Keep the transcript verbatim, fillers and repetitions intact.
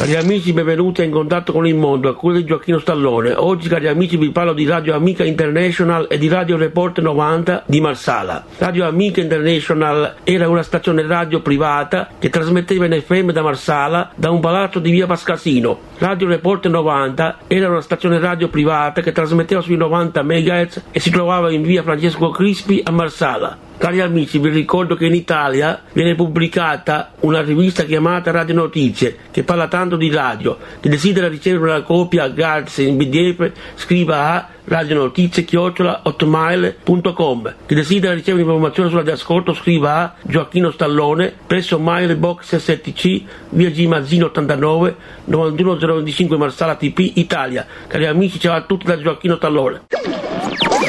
Cari amici, benvenuti a In Contatto con il Mondo, a cura di Gioacchino Stallone. Oggi, cari amici, vi parlo di Radio Amica International e di Radio Report novanta di Marsala. Radio Amica International era una stazione radio privata che trasmetteva in F M da Marsala, da un palazzo di via Pascasino. Radio Report novanta era una stazione radio privata che trasmetteva sui novanta megahertz e si trovava in via Francesco Crispi a Marsala. Cari amici, vi ricordo che in Italia viene pubblicata una rivista chiamata Radio Notizie, che parla tanto di radio. Chi desidera ricevere una copia gratis in P D F scriva a radionotizie chiocciola hotmail punto com. Chi desidera ricevere informazioni sulla di ascolto scriva a Gioacchino Stallone presso Mailbox S T C via G Mazzino ottantanove novantuno zero venticinque Marsala T P Italia. Cari amici, ciao a tutti da Gioacchino Stallone.